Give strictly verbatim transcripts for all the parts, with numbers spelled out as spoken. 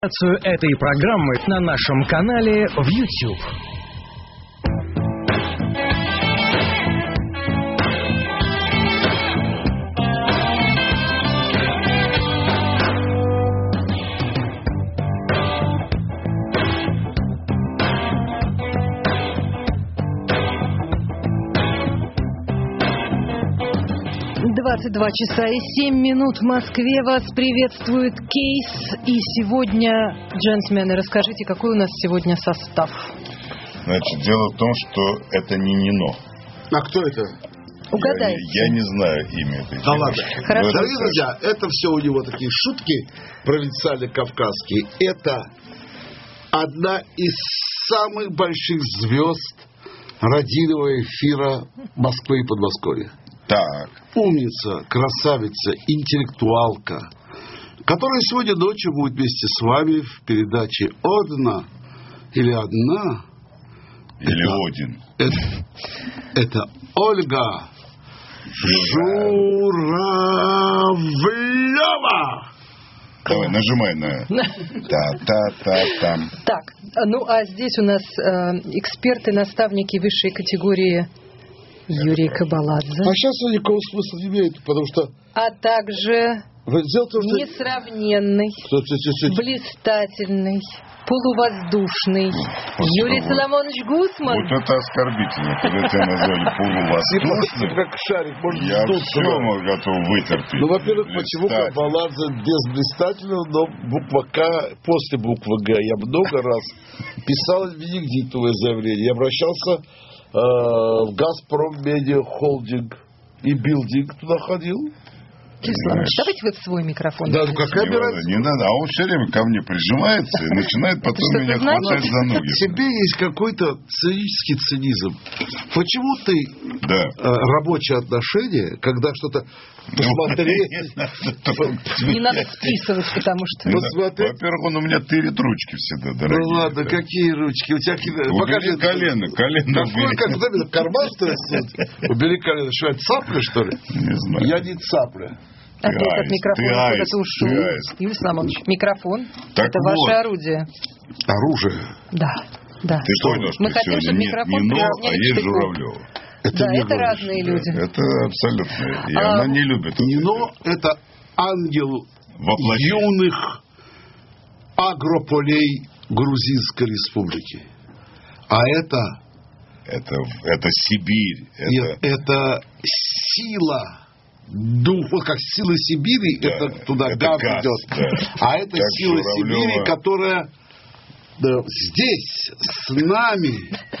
Этой программы на нашем канале в YouTube. двадцать два часа и семь минут в Москве. Вас приветствует Кейс. И сегодня, джентльмены, расскажите, какой у нас сегодня состав? Значит, дело в том, что это не Нино. А кто это? Угадайте. Я, я не знаю имя этой Да ладно. Хорошо. Дорогие друзья, это все у него такие шутки провинциально-кавказские. Это одна из самых больших звезд радийного эфира Москвы и Подмосковья. Так. Умница, красавица, интеллектуалка, которая сегодня ночью будет вместе с вами в передаче «Одна» или «Одна». Или это, «Один». Это, это Ольга Журавлева. Давай, нажимай на та-та-та-там. Так, ну а здесь у нас э, эксперты, наставники высшей категории Юрий Кабаладзе. А сейчас он никакого смысла не имеет, потому что... А также Дело в том, что... несравненный, Что, что, что, что... блистательный, полувоздушный Юрий вот. Соломонович Гусман. Вот это оскорбительно, когда тебя назвали полувоздушным. Как шарик, может Я сдуться, все да. готов вытерпеть. Ну, во-первых, почему Кабаладзе без блистательного, но буква К после буквы Г. Я много раз писал венедиктовое заявление. Я обращался э, в Газпром Медиа Холдинг и Билдинг туда ходил. Кирилл, давайте вы в свой микрофон. Да, ну какая Не, надо, не надо, а он все время ко мне прижимается и начинает потом меня хватать за ноги. В тебе есть какой-то цинический цинизм. Почему ты Да. э, рабочие отношения, когда что-то посмотреть... Не надо списывать, потому что... Ну, Посмотреть. Во-первых, он у меня тырит ручки всегда, Ну дорогие. ладно, какие ручки? У тебя какие-то... Убери колено, колено Какой, убери. как в карман, что ли, суд? Убери колено. Что, это цапля, что ли? Не знаю. Я не цапля. Опять Ты от аист, микрофона ты куда-то аист, ушел. ты аист. Юрий Соломонович, микрофон Так это вот. ваше орудие. Оружие. Да, да. Ты понял, что Мы хотим, сегодня чтобы не, микрофон не Но, а приравняли к есть штыку. Журавлева. Это Да, не это говоришь. разные люди. Это абсолютно. И А, она не любит. Нино – это ангел Воплощение. юных агрополей Грузинской республики. А это... Это, это Сибирь. Это... Нет, это сила... Дух, вот как сила Сибири, Да, это туда это газ, газ, идет. да. А это Как сила Журавлева. Сибири, которая да, здесь, с нами,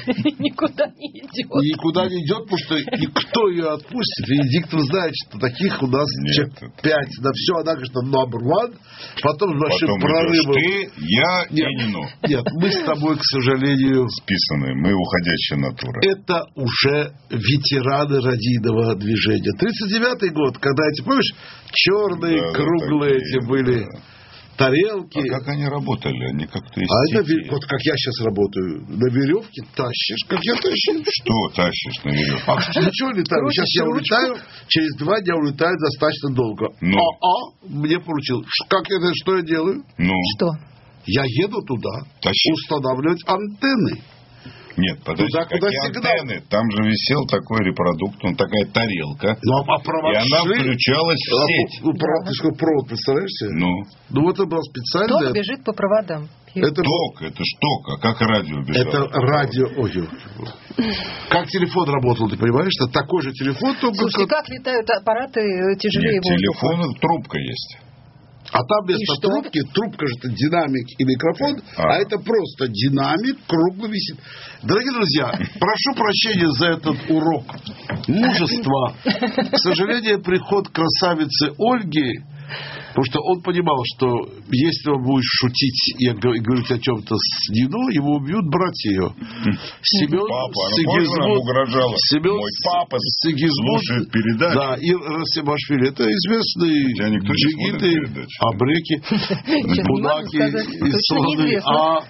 Никуда не идет. никуда не идет, потому что никто ее отпустит. Венедиктов знает, что таких у нас Нет, человек это- пять. Да все, она говорит, что number one. Потом с большим Потом прорывом. идешь ты, я Нет, и Нино. нет, мы с тобой, к сожалению, Списанные. Мы уходящая натура. это уже ветераны радийного движения. тридцать девятый год, когда эти, помнишь, черные, Да, да, круглые такие, эти были да. тарелки. А как они работали? Они как-то из А это, степи. ве- вот как я сейчас работаю, на веревке тащишь, как я тащу. Что тащишь на веревке? А ничего летаю. Крутишь Сейчас я ручку. улетаю, через два дня улетаю достаточно долго. Ну. А-а, мне поручил. Ш- Как я это, что я делаю? Ну, Что? Я еду туда, Тащи. устанавливать антенны. нет, подожди, Туда, куда какие сигнал? антенны? Там же висел такой репродукт, он такая тарелка. Ну, а И провод она шли- включалась в А, сеть. Ну, провод, ты сколько провод, представляешь себе? Ну, Ну, вот это было Ток специально. бежит по проводам. Это, ток, это ж ток, а как радио бежало? это радио. Ой, ой, ой. Как телефон работал, ты понимаешь? Это такой же телефон, только... Слушайте, как летают аппараты тяжелее Нет, воздуха? телефон, трубка есть. А там вместо И что? трубки, трубка же это динамик и микрофон, А. а, это просто динамик, круглый висит. Дорогие друзья, прошу прощения за этот урок мужества. К сожалению, приход красавицы Ольги, потому что он понимал, что если он будет шутить и г- и говорить о чем-то с Нино, его убьют братья ее. Семен Папа, она помнишь, она угрожала? Семен Мой папа Сигизмунд, слушает передачу. да, и Расимашвили. Это известные Тебя никто не смотрит джигиты, передачу. абреки, Сейчас не могу бунаки сказать, и точно слоны. неизвестно. А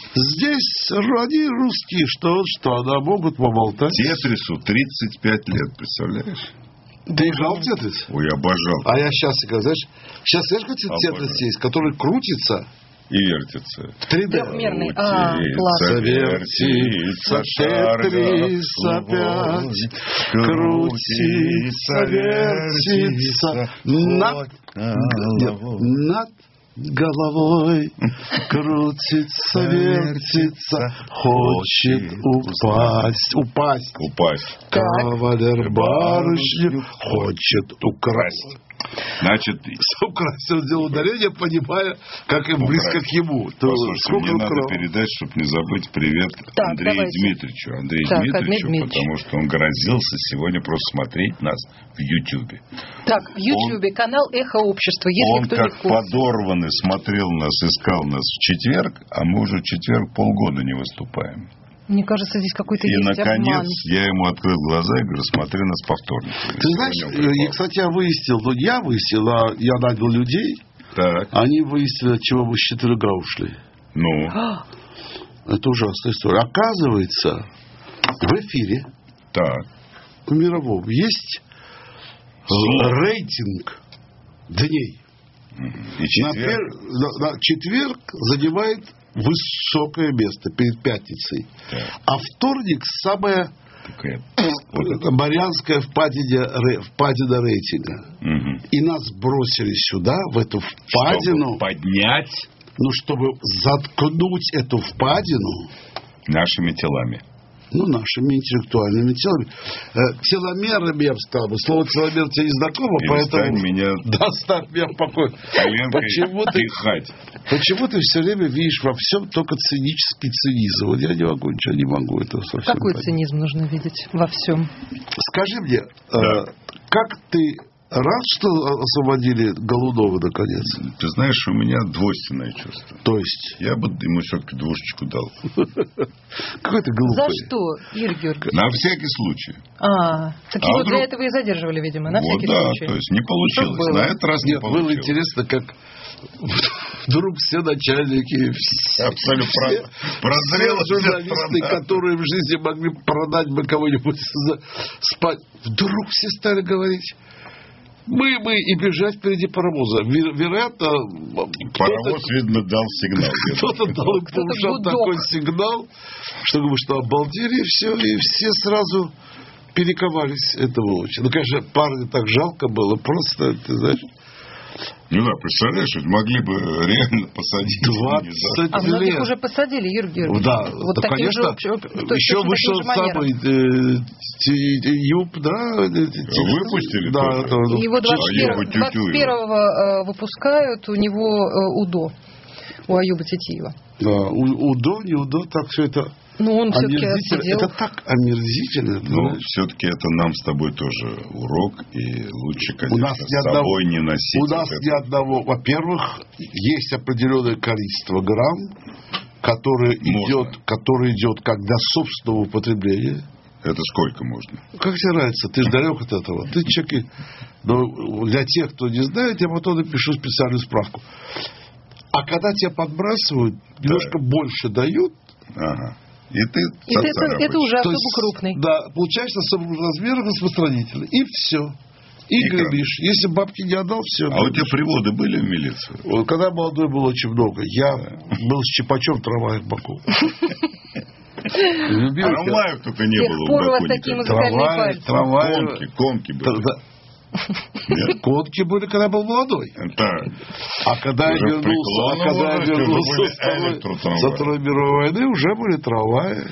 здесь они русские, что он, что она, могут поболтать. Тетрису тридцать пять лет, представляешь? Ты играл в Тетрис? Ой, обожал. А я сейчас, знаешь, сейчас, знаешь, какой Обожаю. Тетрис есть, который крутится, и вертится. три дэ. Трехмерный. А, Крутится, вертится, Тетрис опять. Крутится, вертится. Над над головой крутится, вертится, хочет упасть. Упасть. Упасть. Кавалер барышню хочет украсть. Значит, Украсть. Он сделал ударение, понимая, как им близко к ему. Послушайте, мне надо передать, чтобы не забыть привет так, Андрею давайте. Дмитриевичу. Андрею Так, Дмитриевичу, Андрей Дмитриевич. потому что он грозился сегодня просто смотреть нас в Ютьюбе. Так, в Ютьюбе канал «Эхо общества», если Он кто как не в курсе. подорванный смотрел нас, искал нас в четверг, а мы уже в четверг полгода не выступаем. Мне кажется, здесь какой-то И, есть наконец, обман. я ему открыл глаза и говорю, смотри нас по вторникам. Ты знаешь, я, кстати, я выяснил, ну, я выяснил, а я нанял людей, Так, они выяснили, от чего мы с четверга ушли. ну, Это ужасная история. Оказывается, в эфире, так. в мировом, есть Слово. рейтинг дней. И На, четверг, пер- на- на четверг занимает высокое место перед пятницей. Так. А вторник самая такая, Марианская впадина, ре- впадина рейтинга. мгм. И нас бросили сюда, в эту впадину, Чтобы поднять ну, чтобы заткнуть эту впадину, нашими телами. ну, нашими интеллектуальными телами. Э, теломерами, я бы сказал. Слово теломер тебе не знакомо, Перестань поэтому... меня Да, оставь меня в покое. коленкой Почему ты, пихать. почему ты все время видишь во всем только цинический цинизм? Вот я не могу, ничего не могу. Это совсем Какой понять. цинизм нужно видеть во всем? Скажи мне, Да. э, как ты рад, что освободили Голунова наконец? Ты знаешь, у меня двойственное чувство. То есть, Я бы ему все-таки двушечку дал. какой ты глупый. За что, Юрий Георгиевич? На всякий случай. А, так А его вдруг- для этого и задерживали, видимо, на Вот всякий да, случай. то есть не получилось. Что было? На этот раз не Нет, было получилось. интересно, как вдруг все начальники, все, Абсолютно все, про- прозрела все вся журналисты, страна. которые в жизни могли продать бы кого-нибудь за спать, вдруг все стали говорить: мы, мы, и бежать впереди паровоза. Веро- Вероятно, Паровоз, кто-то, видно, дал сигнал. кто-то дал им по Кто-то ушам гудок. такой сигнал, что, мы что обалдели, и все, и все сразу перековались. Это было очень. Ну, конечно, парня так жалко было, просто, ты знаешь, Ну да, представляешь, ведь могли бы реально посадить. двадцать А многих лет. уже посадили, Юрий Георгиевич. Да, вот да, таким конечно. же, об- то есть Еще точно вышел таким же манером. самый э, Ти- Ти- Юб, да? э, Ти- Выпустили Да, тоже? это- Его двадцать первого Аюба Тютюева. двадцать первого э, выпускают, у него э, УДО, у Аюба Титиева. да, у- УДО, не УДО, так все это Ну, он все-таки омерзительно. отсидел. Это так омерзительно. ты Ну, знаешь. все-таки это нам с тобой тоже урок, и лучше, У конечно, нас ни с одного- собой не носить. У нас вот ни это. одного. Во-первых, есть определенное количество грамм, которое Можно. идет, которое идет как для собственного употребления. Это сколько можно? Как тебе нравится? Ты же далек от этого. Ты человек... Но для тех, кто не знает, я потом напишу специальную справку. А когда тебя подбрасывают, немножко больше дают. Ага. И ты И это, царапаешь. это уже то особо есть, крупный. Да, получаешь особым размером распространителя. И все. И, И гребишь. Если бабки не отдал, все. А у тебя приводы были в милицию? Вот когда молодой было очень много. Я был с Чипачем в трамвае в Баку. Любил я. Трамваев только не С тех было пор в у вас Баку такие никогда. музыкальные Трамвай, пальцы. трамвай. Конки, конки были. Да. Нет? Конки были, когда был молодой. Так. А когда я Уже в вернулся, а преклонном когда я возрасте уже вернулся были с Второй- электротрамваи. со Второй мировой войны, уже были трамваи.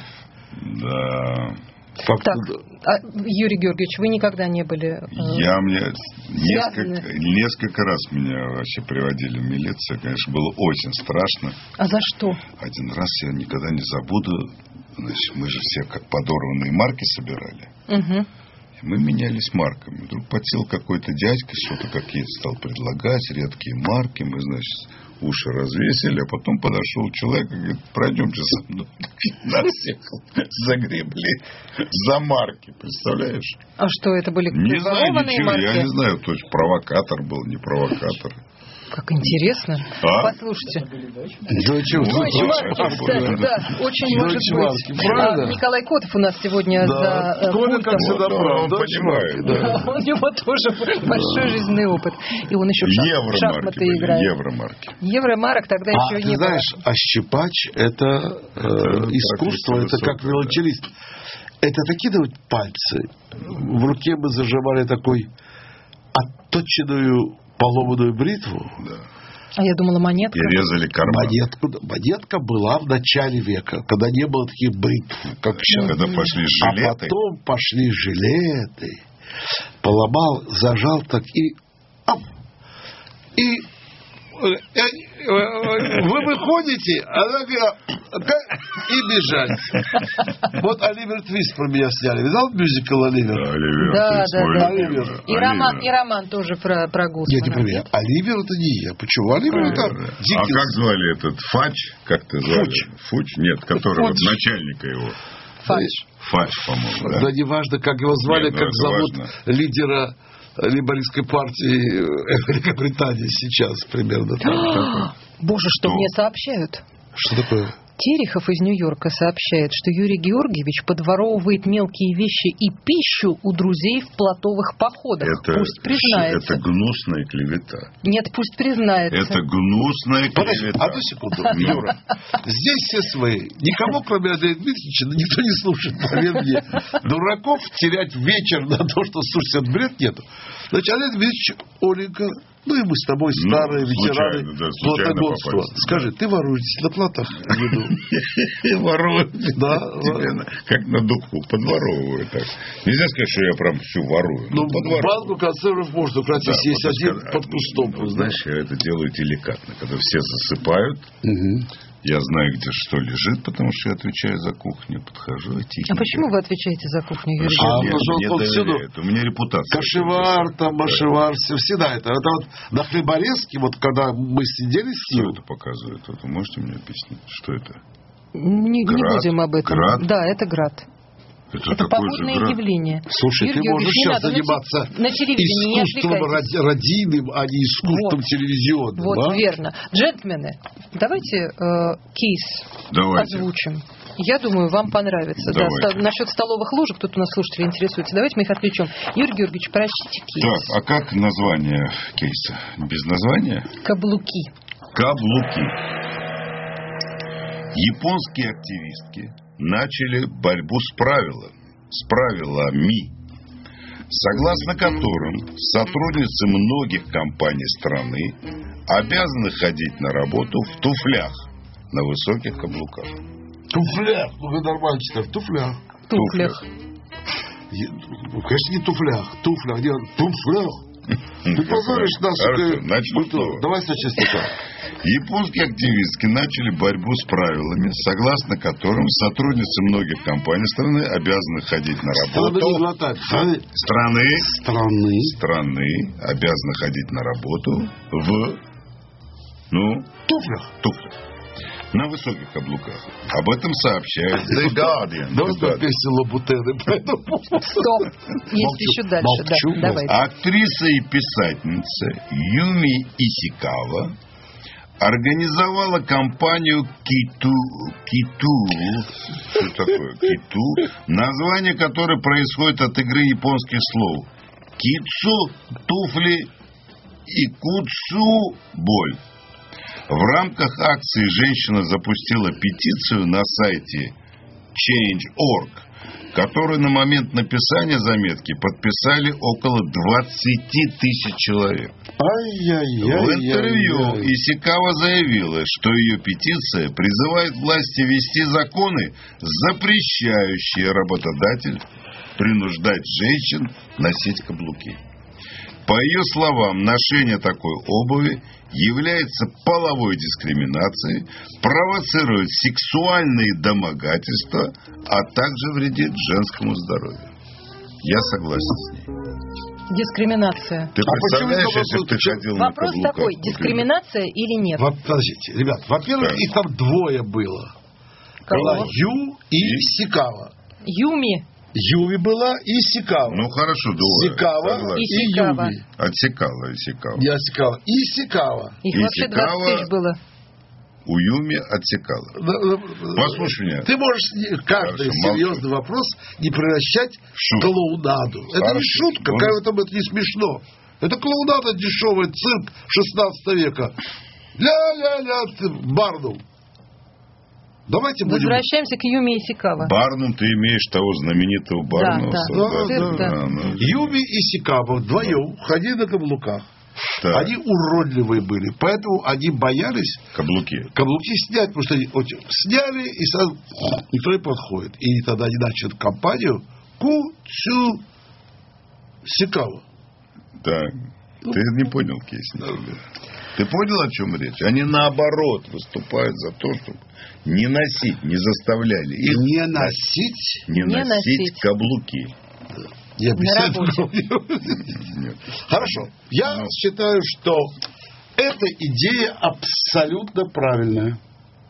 Да. Как-то Так, да. а, Юрий Георгиевич, вы никогда не были... э, Я мне несколько, связаны. несколько раз меня вообще приводили в милицию. Конечно, было очень страшно. А за что? Один раз я никогда не забуду. Значит, мы же все как подорванные марки собирали. Мгм. И мы менялись марками. Вдруг подсел какой-то дядька, что-то какие-то стал предлагать, редкие марки. Мы, значит, уши развесили, а потом подошел человек и говорит: пройдемте со мной. Нас всех загребли за марки, представляешь? А что, это были Не знаю ворованные ничего, марки? я не знаю, то есть провокатор был, не провокатор. Как интересно. А? Послушайте. Deutsche Deutsche Mark. Mark, да, да, очень Deutsche может быть. Mark, правильно? А, Николай Котов у нас сегодня Да. за э, Коля, пультом. как всегда, прав. Он Deutsche понимает, Mark, да. да. У него тоже большой жизненный опыт. И он еще в шах- в Евромарки шахматы были, играет. евромарки. Евромарок тогда А еще ты не знаешь, а щипач это, э, искусство, профессия это как высокая, виолончелист. Это накидывать пальцы. В руке мы зажимали такой отточенную поломанную бритву. Да. было. А я думала, монетка. И резали карман. Монетку, монетка была в начале века, когда не было таких бритв, как сейчас. Когда пошли А жилеты. потом пошли жилеты. Поломал, зажал так и... ам, и э, э, э, вы выходите, она говорит, и бежать. Вот Оливер Твист про меня сняли. Видал мюзикл Оливер? Да, Оливер, Да, то есть да, мой да. любимый. И роман, Оливер. и роман тоже про, про Гусмана. Нет, не про меня. Оливер это не я. Почему? Оливер это А Диккенс. как звали этот? Фач? Как ты звали? Фуч. Фуч? Нет, который вот Фуч. начальника его. Фадж. Фач, по-моему, да? Да неважно, как его звали, Нет, ну как это зовут важно. лидера лейбористской партии э, Великобритании сейчас примерно так. Боже, что мне сообщают? Что такое? Терехов из Нью-Йорка сообщает, что Юрий Георгиевич подворовывает мелкие вещи и пищу у друзей в плотовых походах. Это, Пусть признается. это гнусная клевета. Нет, пусть признается. Это гнусная Подожди, клевета. одну секунду, Юра. Здесь все свои. Никого, кроме Андрея Дмитриевича, никто не слушает, поверь мне. Дураков терять вечер на то, что слушать этот бред, нету. Значит, Андрей Дмитриевич, Оленька, ну и мы с тобой Ну, старые случайно, ветераны да, случайно плотоgodства. попались. Скажи, ты воруетесь на плотах? Ворую. Да, Тебе на- как на духу, подворовываю так. Нельзя сказать, что я прям всю ворую. Ну, подворовываю. банку консервов можно украсть, Да, если есть вот один скажи, под кустом. ну, знаешь, я это делаю деликатно. Когда все засыпают, я знаю, где что лежит, потому что я отвечаю за кухню. Подхожу и тихо. А почему вы отвечаете за кухню, Юрий А, Георгиевич? потому что мне он всюду- доверяют. У меня репутация. Кашевар, там, Да. машевар, все, всегда это. Это вот на Хлеборезке, вот когда мы сидели с Что ним, это показывает? Вот вы можете мне объяснить, что это? Не, не Град? будем об этом. Град? Да, это град. Это, Это такой погодное же град. явление. слушай, Юрий ты можешь Георгиевич, не сейчас надо на заниматься те- на телевидении не искусством отвлекайтесь. ради- родийным, а не искусством Вот. телевизионным. Вот, а? верно. Джентльмены, давайте э, кейс Давайте. озвучим. Я думаю, вам понравится. Да, Давайте. ста- насчет столовых ложек, тут у нас слушатели интересуются. Давайте мы их отвлечем. Юрий Георгиевич, прочтите кейс. Так, а как название кейса? Без названия? Каблуки. Каблуки. Японские активистки начали борьбу с правилами, с правилами, согласно которым сотрудницы многих компаний страны обязаны ходить на работу в туфлях на высоких каблуках. Туфлях. Ну, вы нормально читаешь. Туфлях. Туфлях. Е- Ну, конечно, не туфлях. Туфлях. Нет, туфлях. Ты позоришь нас. Хорошо, э, начну культуру. снова. Давай сначала стиха. Японские активистки начали борьбу с правилами, согласно которым сотрудницы многих компаний страны обязаны ходить на Страны не работу. глотать. Страны. Страны, Страны. страны обязаны ходить на работу в, ну, Туфлях. туфлях. На высоких каблуках. Об этом сообщает The Guardian. Давай The спой Guardian. песню Лабутены. Поэтому... Стоп. Есть Молчу. еще дальше. Молчу. Да, давайте. Актриса и писательница Юми Исикава организовала компанию Киту, Киту, что такое Киту, название которой происходит от игры японских слов Китсу, туфли и Куцу, боль. В рамках акции женщина запустила петицию на сайте Change точка орг, которую на момент написания заметки подписали около двадцать тысяч человек. Ай-яй-яй. В интервью Исикава заявила, что ее петиция призывает власти ввести законы, запрещающие работодатель принуждать женщин носить каблуки. По ее словам, ношение такой обуви является половой дискриминацией, провоцирует сексуальные домогательства, а также вредит женскому здоровью. Я согласен с ней. Дискриминация. Ты А представляешь, почему если бы ты это ходил на Вопрос каблуках? такой, вот дискриминация или нет? Вот, подождите, ребят, во-первых, Так. их там двое было. Кого? Была Ю и Сикава. Юми Юми была и Исикава. Ну, хорошо, двое. Сикава и Исикава. Юми. Отсекала Исикава. Не Исикава. Исикава. Их вообще Исикава. двадцать тысяч было. У Юми отсекала. Послушай меня. Ты можешь не- каждый Хорошо, серьезный вопрос не превращать в Шутку. клоунаду. Это не Хорошо. шутка, Он- как в этом это не смешно. Это клоунада дешевый цирк шестнадцатого века. Ля-ля-ля, ты Барнум. Давайте будем... Возвращаемся к Юми Исикава. Барнум, ты имеешь того знаменитого Барнуса. да. Да, да. да, ну, Юми и Исикава вдвоем ходили на каблуках. так, Они уродливые были, поэтому они боялись каблуки. каблуки снять, потому что они очень- сняли и сразу никто не подходит. И тогда они начали компанию Ку-Цю Сикава. Так. Ты не понял, Кейс. Ты понял, о чем речь? Они наоборот выступают за то, чтобы не носить, не заставляли их Не носить, не, Не носить, носить. каблуки. я На беседую. Нет. Хорошо. Я Ну. считаю, что эта идея абсолютно правильная.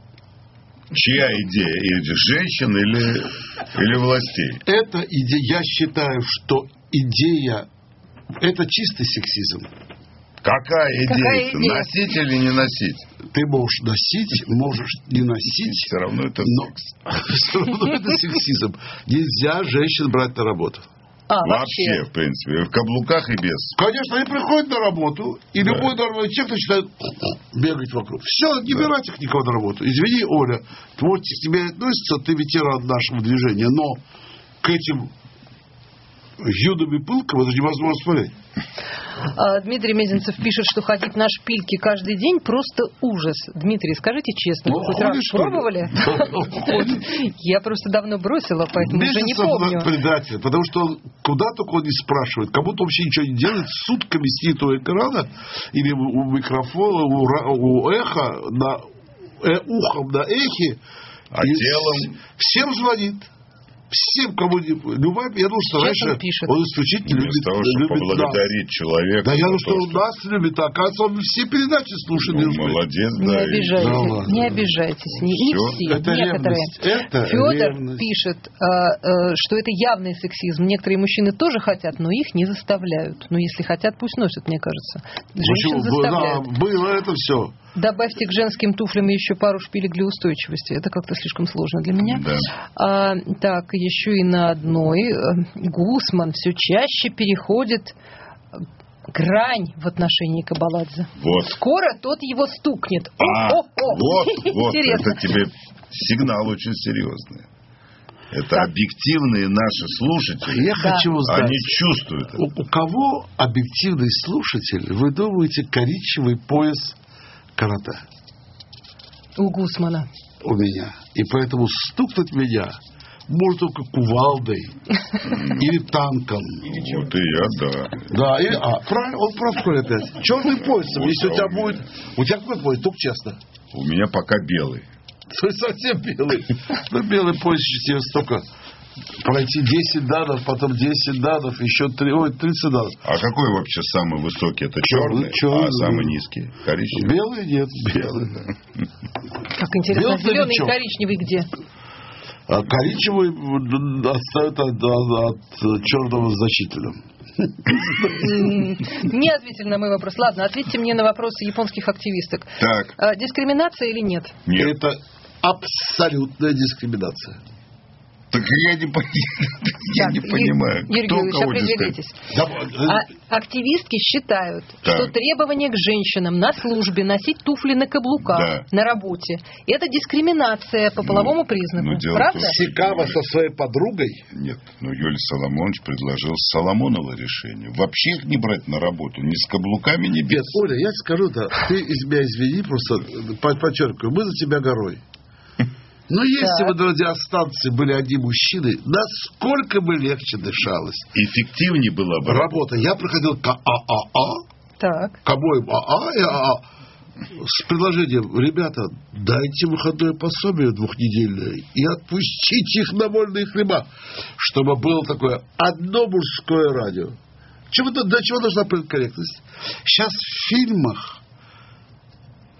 Чья идея? Или женщин, или, или властей? Эта идея, я считаю, что идея, это чистый сексизм. Какая идея? Какая идея? Носить или не носить? Ты можешь носить, можешь не носить. Все равно это Но секс. все равно это сексизм. Нельзя женщин брать на работу. А, Вообще, вообще. в принципе, в каблуках и без. Конечно, они приходят на работу, и Да. любой нормальный человек начинает бегать вокруг. Все, не брать их никого на работу. Извини, Оля, творчество к тебе относится, ты ветеран нашего движения, но к этим юдам и пылкам это невозможно смотреть. А, Дмитрий Мезенцев пишет, что ходить на шпильки каждый день просто ужас. Дмитрий, скажите честно, вы Ну, хоть раз ходишь, что ли? пробовали? Я просто давно бросила, поэтому уже не Мезенцев помню. предатель, потому что он куда только он не спрашивает, как будто вообще ничего не делает, сутками сидит у экрана или у микрофона, у, ра- у эха, на, э, ухом на эхе, А и телом? с- всем звонит. Всем, кому не... Любая, я думаю, что Сейчас раньше он пишет. он исключительно Вместо любит, того, чтобы любит нас. поблагодарить человека. Да я за думаю, то, что он нас любит, а оказывается, он все передачи слушает. Ну, между прочим. молодец, Не да. и- обижайтесь, Да ладно. не обижайтесь. Не, не Всё. все, Это некоторые. ревность. Это Федор ревность. пишет, а, а, что это явный сексизм. Некоторые мужчины тоже хотят, но их не заставляют. Но если хотят, пусть носят, мне кажется. Женщин Почему? заставляют. Да, было это все. Добавьте к женским туфлям еще пару шпилек для устойчивости. Это как-то слишком сложно для меня. Да. А, так, еще и на одной. э, Гусман все чаще переходит грань в отношении Кабаладзе. Вот. Скоро тот его стукнет. А, О-о-о. вот, вот, Интересно. это тебе сигнал очень серьезный. Это Так. объективные наши слушатели. Я Да. хочу узнать, Они чувствуют это. у, у кого объективный слушатель, вы думаете, коричневый пояс карате? У Гусмана. У меня. И поэтому стукнуть меня может только кувалдой или танком. Вот и я, да. Да, или, а, правильно, он прав, Коля, опять. Черным поясом, если у тебя будет... У тебя какой пояс? Только честно. У меня пока белый. Ты совсем белый. Ну, белый пояс еще тебе столько... Пройти десять данов, потом десять данов, еще три, ой, тридцать данов. А какой вообще самый высокий? Это черный, Черный, а самый низкий? Коричневый. Белый нет, белый. Как интересно, Белый зеленый и новичок. коричневый где? А коричневый отстает от, от, от черного значительно. Не ответили на мой вопрос. Ладно, ответьте мне на вопросы японских активисток. Так, А, дискриминация или нет? нет. Это абсолютная дискриминация. Так я не, пон- я Так, не Ю- понимаю, Юрий кто Георгиевич, кого определитесь. Да, А активистки считают, Так. что требование к женщинам на службе носить туфли на каблуках Да. на работе – это дискриминация по половому признаку. ну, дело в Правда? том, что- Сикава со своей подругой. Нет, ну Юлий Соломонович предложил Соломоново решение. Вообще их не брать на работу, ни с каблуками, ни без. Нет, Оля, я тебе скажу, да, ты из меня извини, просто по- подчеркиваю, мы за тебя горой. Но если Так. бы на радиостанции были одни мужчины, насколько бы легче дышалось. Эффективнее было бы. Работа. Я приходил к ААА, Так. к обоим АА и АА, с предложением: ребята, дайте выходное пособие двухнедельное и отпустите их на вольные хлеба, чтобы было такое одно мужское радио. Чего, до чего должна политкорректность? Сейчас в фильмах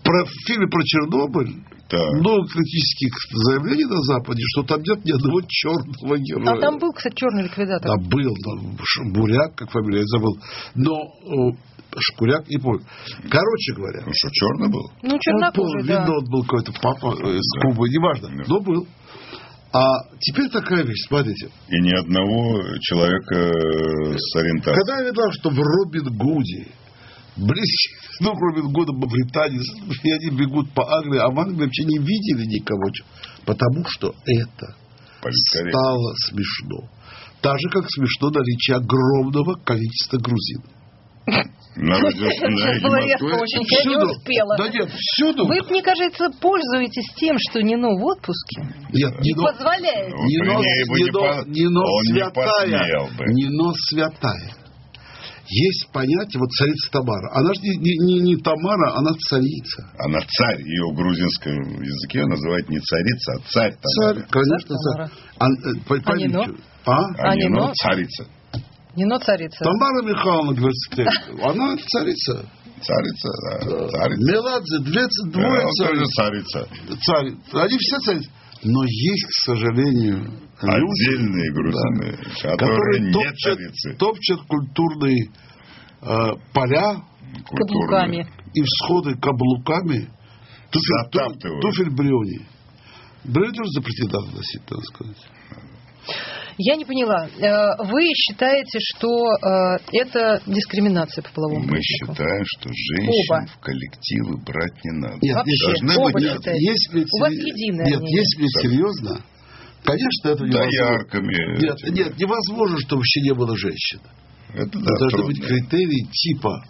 Про, в фильме про Чернобыль Так. много критических заявлений на Западе, что там нет ни одного черного героя. А там был, кстати, черный ликвидатор. Да, был. Там, Ш- Буряк, как фамилия, я забыл. Но э, Шкуряк, не помню. Короче говоря. Ну что, черный был? Ну, Он чернокожий, был, да. видно, он был какой-то папа э, с Да. Кубы, неважно. Да. Но был. А теперь такая вещь, смотрите. И ни одного человека э, с ориентацией. Когда я видел, что в Робин Гуде близкие, ну, Робин Гуда в Британии, и они бегут по Англии, а в Англии вообще не видели никого. Потому что это Политкорректно. стало смешно. Так же, как смешно наличие огромного количества грузин. На радиостанции Сейчас было резко Москвы. очень, я не успела. Да нет, всюду. Вы, мне кажется, пользуетесь тем, что Нино в отпуске Нет, и Нино, позволяете. Он Нино, при ней бы не Нино, по- Нино он не святая. посмел бы. Нино святая. Есть понятие, вот царица Тамара. Она же не, не, не, не Тамара, она царица. Она царь. Ее в грузинском языке называют не царица, а царь. Царь, конечно, Тамара. царь. А, э, по- А поймите. Нино? А? А А не, Нино? ну, царица. Нино царица. Тамара Михайловна Гверстек, она царица. Царица, да. Царица. Меладзе, двадцать Да, двое он тоже цариц. царица. Цари. Они все царицы. Но есть, к сожалению, люди, Отдельные грузины, да, которые не топчат, царицы. топчат культурные э, поля Каблуками. и всходы каблуками. Туфель, Затаптывают. туфель Бриони. Бриони тоже запретили надо носить, надо сказать. Я не поняла. Э, Вы считаете, что э, это дискриминация по половому Мы признаку? считаем, что женщин Оба. в коллективы брать не надо. Нет, Вообще, должны оба быть считаете. если У вас сери- единое Нет, мнение. если серьезно, конечно, это невозможно. доярками. Нет, этими. нет, невозможно, чтобы вообще не было женщин. Это да, Должны трудно. быть критерии типа.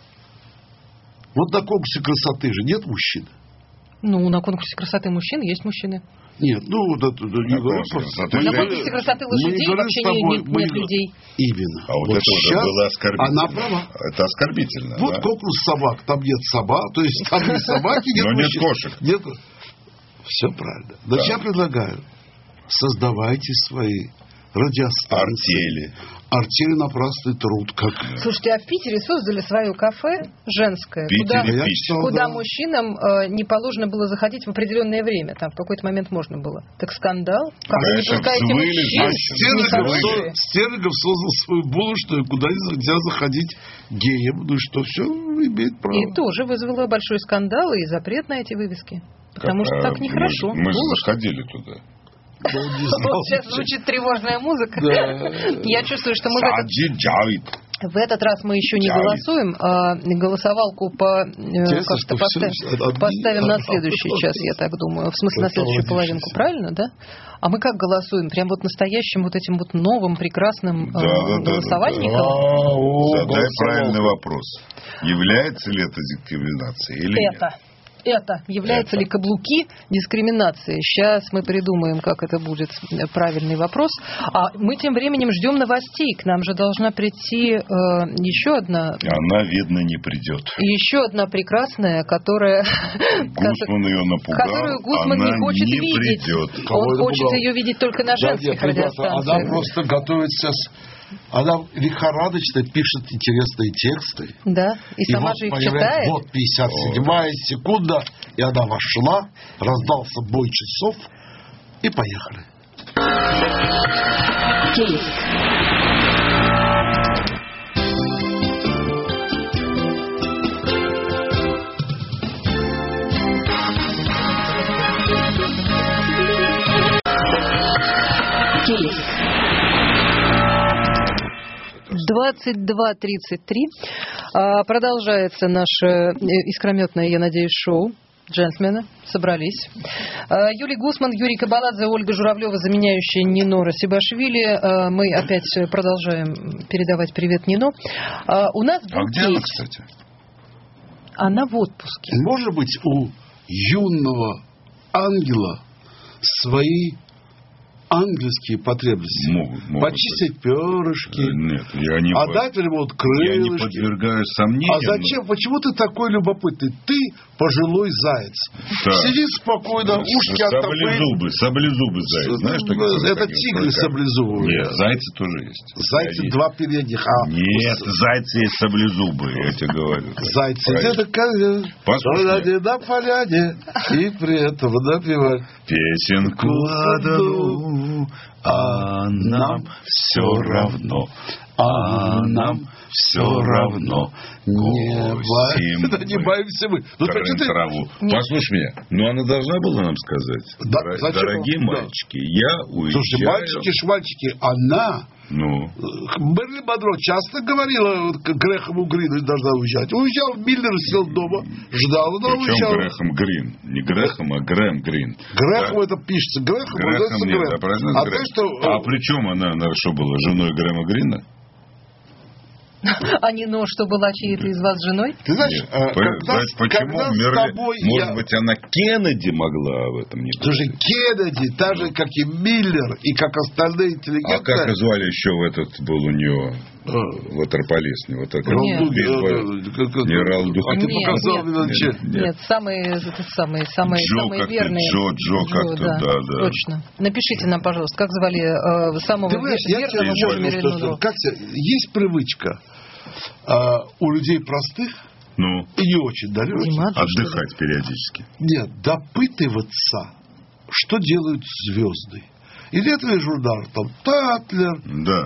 Вот на конкурсе красоты же нет мужчин. Ну, на конкурсе красоты мужчин есть мужчины. Нет, ну вот это не На говорю конкурсе просто. красоты Мы На не женщин. конкурсе говорим- красоты мы не лошадей говорим вообще с тобой, не- мы нет не- людей. Именно. А вот, это уже щас было оскорбительно. Она права. Это оскорбительно. Вот да? конкурс собак, там нет собак, то есть там не собаки, нет Но нет мужчин. кошек. Нет. Все правильно. Значит, Да. я предлагаю, создавайте свои радиостанции. Артели. Артели напрасный труд, как... Слушайте, а в Питере создали свое кафе женское, В Питере куда, пить. читал, куда да. мужчинам э, не положено было заходить в определенное время. Там в какой-то момент можно было. Так скандал. Как вы не Конечно, пускаете взвыли мужчин? женщины. Стерлигов, Нехорошие. со- Стерлигов создал свою булочную, куда нельзя заходить геям. Ну и что, все имеет право. И тоже вызвало большой скандал и запрет на эти вывески. Потому что Как, так а, нехорошо. Мы, мы же Булочка. заходили туда. Да он не знал. Вот сейчас звучит тревожная музыка. Да. Я чувствую, что мы в этот, Саджиджавит. в этот раз мы еще не Джавид. голосуем, а голосовалку по, э, Интересно, как-то что поставим, всё от- от- поставим на от- следующий от- час, я так думаю. В смысле, на от- следующую от- половинку, правильно, да? А мы как голосуем? Прям вот настоящим вот этим вот новым прекрасным э, Да, да, да, голосовальником? А, о, Задай голосовал. правильный вопрос. Является ли это дискриминацией или нет? Это. Это. Являются Это. ли каблуки дискриминацией? Сейчас мы придумаем, как это будет э, правильный вопрос. А мы тем временем ждем новостей. К нам же должна прийти э, еще одна... Она, видно, не придет. Еще одна прекрасная, которая... Гусман ее напугал, которую Гусман она не хочет не видеть. придет. Кого Он я хочет напугал? ее видеть только на Да, женских нет, ребята, радиостанциях. она просто готовится с... Она лихорадочно пишет интересные тексты. Да, и, И сама вот же их появляется, читает. Вот пятьдесят седьмая секунда, и она вошла, раздался бой часов, и поехали. двадцать два тридцать три. А, Продолжается наше э, искрометное, я надеюсь, шоу. Джентльмены собрались. А, Юлий Гусман, Юрий Кабаладзе, Ольга Журавлева, заменяющая Нино Расибашвили. А, Мы опять продолжаем передавать привет Нино. А, У нас был А где она, кейс. кстати? Она в отпуске. Может быть, у юного ангела свои ангельские потребности. Могут, могут Почистить перышки. Нет, я не, отдать ремонт крылышки. я не подвергаю сомнениям. А зачем? Почему ты такой любопытный? Ты пожилой заяц. Да. Сидит спокойно, ушки оттопырил. Саблезубы, саблезубы заяц. Знаешь, такие? Это тигры саблезубые. Нет, зайцы тоже есть. Зайцы Они... два передних. А... Нет, зайцы есть саблезубые, я тебе говорю. Зайцы где-то ковер. Послушай. На поляне. И при этом напевать. Песенку одну, а нам все равно, а нам все равно. Не боимся, мы, не боимся мы. Ну, ты... траву. Послушай меня, ну она должна была нам сказать. Да, Дор- дорогие да. мальчики, я уезжаю. Слушайте, мальчики, шмальчики, она... Ну. Мэрилин Монро часто говорила Грэхэму Грину, должна уезжать. Уезжал, Миллер сел дома, ждал, она Причем уезжала. Грэхэм Грин. Не Грэхэм, а Грэм Грин. Грэхэм да. это пишется. Грэхэм, Грэхэм нет, Грэм. а правильно А Грэм. ты что... А при чем она, она что была, женой Грэма Грина? А не но, что была чьей-то из вас женой? Ты знаешь, Нет. когда, Знаешь, почему когда Мерли... с тобой Может я... быть, она Кеннеди могла в этом не Слушай, Кеннеди, так же, как и Миллер, и как остальные интеллигенты... А как звали еще в этот был у него Ватерполис? Не Ватерполис. Не Ралдух. А ты Нет, показал нет, мне че? Нет, нет, самые, это самые, самые, Джо самые как-то, верные. Джо, Джо как-то, да, да, да. Точно. Напишите нам, пожалуйста, как звали э, самого Ты знаешь, я тебе верного еще мужа Мэрилин что, Монро? как тебе, есть привычка а, у людей простых Ну, и не очень далеких Димаджо, отдыхать периодически. нет, допытываться, что делают звезды. И летний журнал, там, Татлер, Да.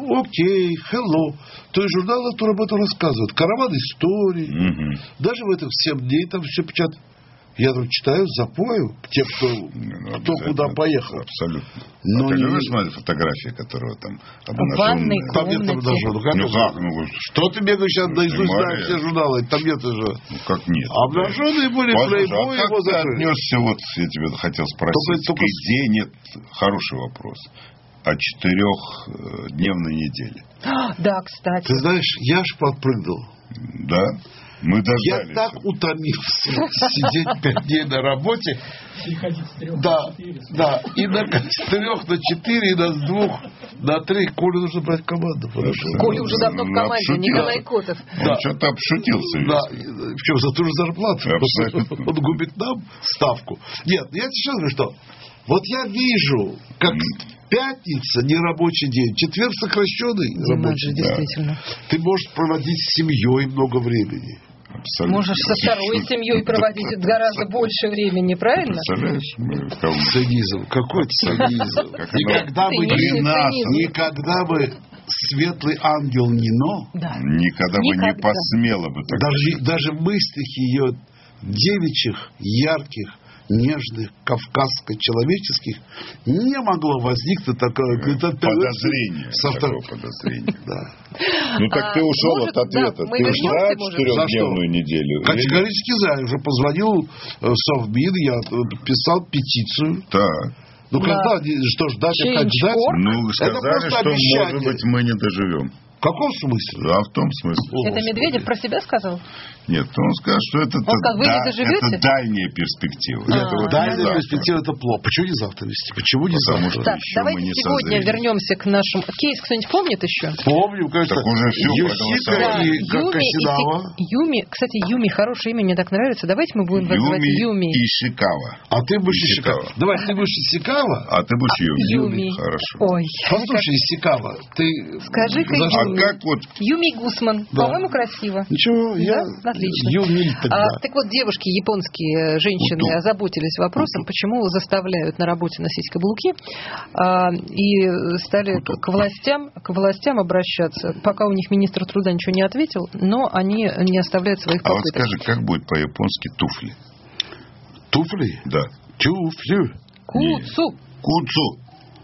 Окей, Hello. То есть журналы, которые об этом рассказывают. Караван историй. Угу. Даже в этих семь дней там все печатают. Я там читаю запою, те, кто, Ну, кто куда поехал. Абсолютно. Но а ты не- любишь смотреть фотографии, которого там В ванной обнаженные? Там нет там комнате. даже. Ну, как, Ну это? как? Ну, Что ты бегаешь сейчас наизусть Мария. знаешь все журналы? Там нет уже. ну как нет? Обнаженные были, Послушай, плейбой, а как его ты закрыли. отнесся, вот я тебе хотел спросить, Только- только к идее, нет, хороший вопрос, о четырехдневной неделе. Да, кстати. Ты знаешь, я ж подпрыгнул. Да? Мы Я дождались. так утомился сидеть пять дней на работе. Переходить с трех Да, на четыре. да. И на с трех на четыре, и на с двух на три. Коле нужно брать команду. Хорошо. Коля уже давно в команде, Обшутил. Николай Котов. Он Да. что-то обшутился. Да, весь. причем за ту же зарплату. Абсолютно. Он губит нам ставку. Нет, я тебе сейчас говорю, что вот я вижу, как пятница нерабочий день, четверг сокращенный рабочий Димаджо, день. действительно. Ты можешь проводить с семьей много времени. Абсолютно. Можешь со второй семьей проводить гораздо больше времени, правильно? Представляешь? Мы в кого- Цинизм. Какой цинизм? Как Никогда бы Цинизм, не цинизм. никогда бы светлый ангел Нино, Да. Никогда бы не Никогда. посмела бы так. даже, даже мыслях ее девичьих, ярких, нежных, кавказско-человеческих, не могло возникнуть такое Подозрение. Со втор- Такое подозрение. Да. Ну так ты А, ушел может, от ответа. да, мы Ты вернемся, за может? четырехдневную неделю? Категорически за. Я уже позвонил э, в Совмин, я э, писал петицию. Так. Ну, Да. когда, что ждать, Change опять ждать? org? Ну, сказали, просто что, обещание. может быть, мы не доживем. В каком смысле? Да, в том смысле. О, Это Медведев про себя сказал? Нет, он сказал, что это, Он сказал, вы не да, доживете? это дальняя перспектива. А, Это вот не Дальняя завтра. перспектива это плохо. Почему не завтра вести? Почему не Потому завтра? что Так, еще давайте мы не сегодня созрели. вернемся к нашему... Кейс кто-нибудь помнит еще? Помню, конечно. Так уже всё Юсика проголосовали. и Ка- Юми, Касинава. Иси- Юми, кстати, Юми, хорошее имя, мне так нравится. Давайте мы будем называть Юми Юми. Ишикава. А ты будешь Исикава. Исикава. Давай, ты будешь Исикава. А ты будешь Юми. Юми. Хорошо. Ой. Послушай, Исикава, ты... Скажи-ка, за что? А Юми. как вот... Юми Гусман. Да. По-моему, красиво. Ничего, я... Да? Отлично. Юми тогда. А, так вот, девушки японские, женщины Уту. озаботились вопросом, почему заставляют на работе носить каблуки, а, и стали к, к властям, к властям обращаться. Пока у них министр труда ничего не ответил, но они не оставляют своих А вот попыток. скажи, как будет по-японски туфли? Туфли? Да. Туфли. Куцу. Куцу.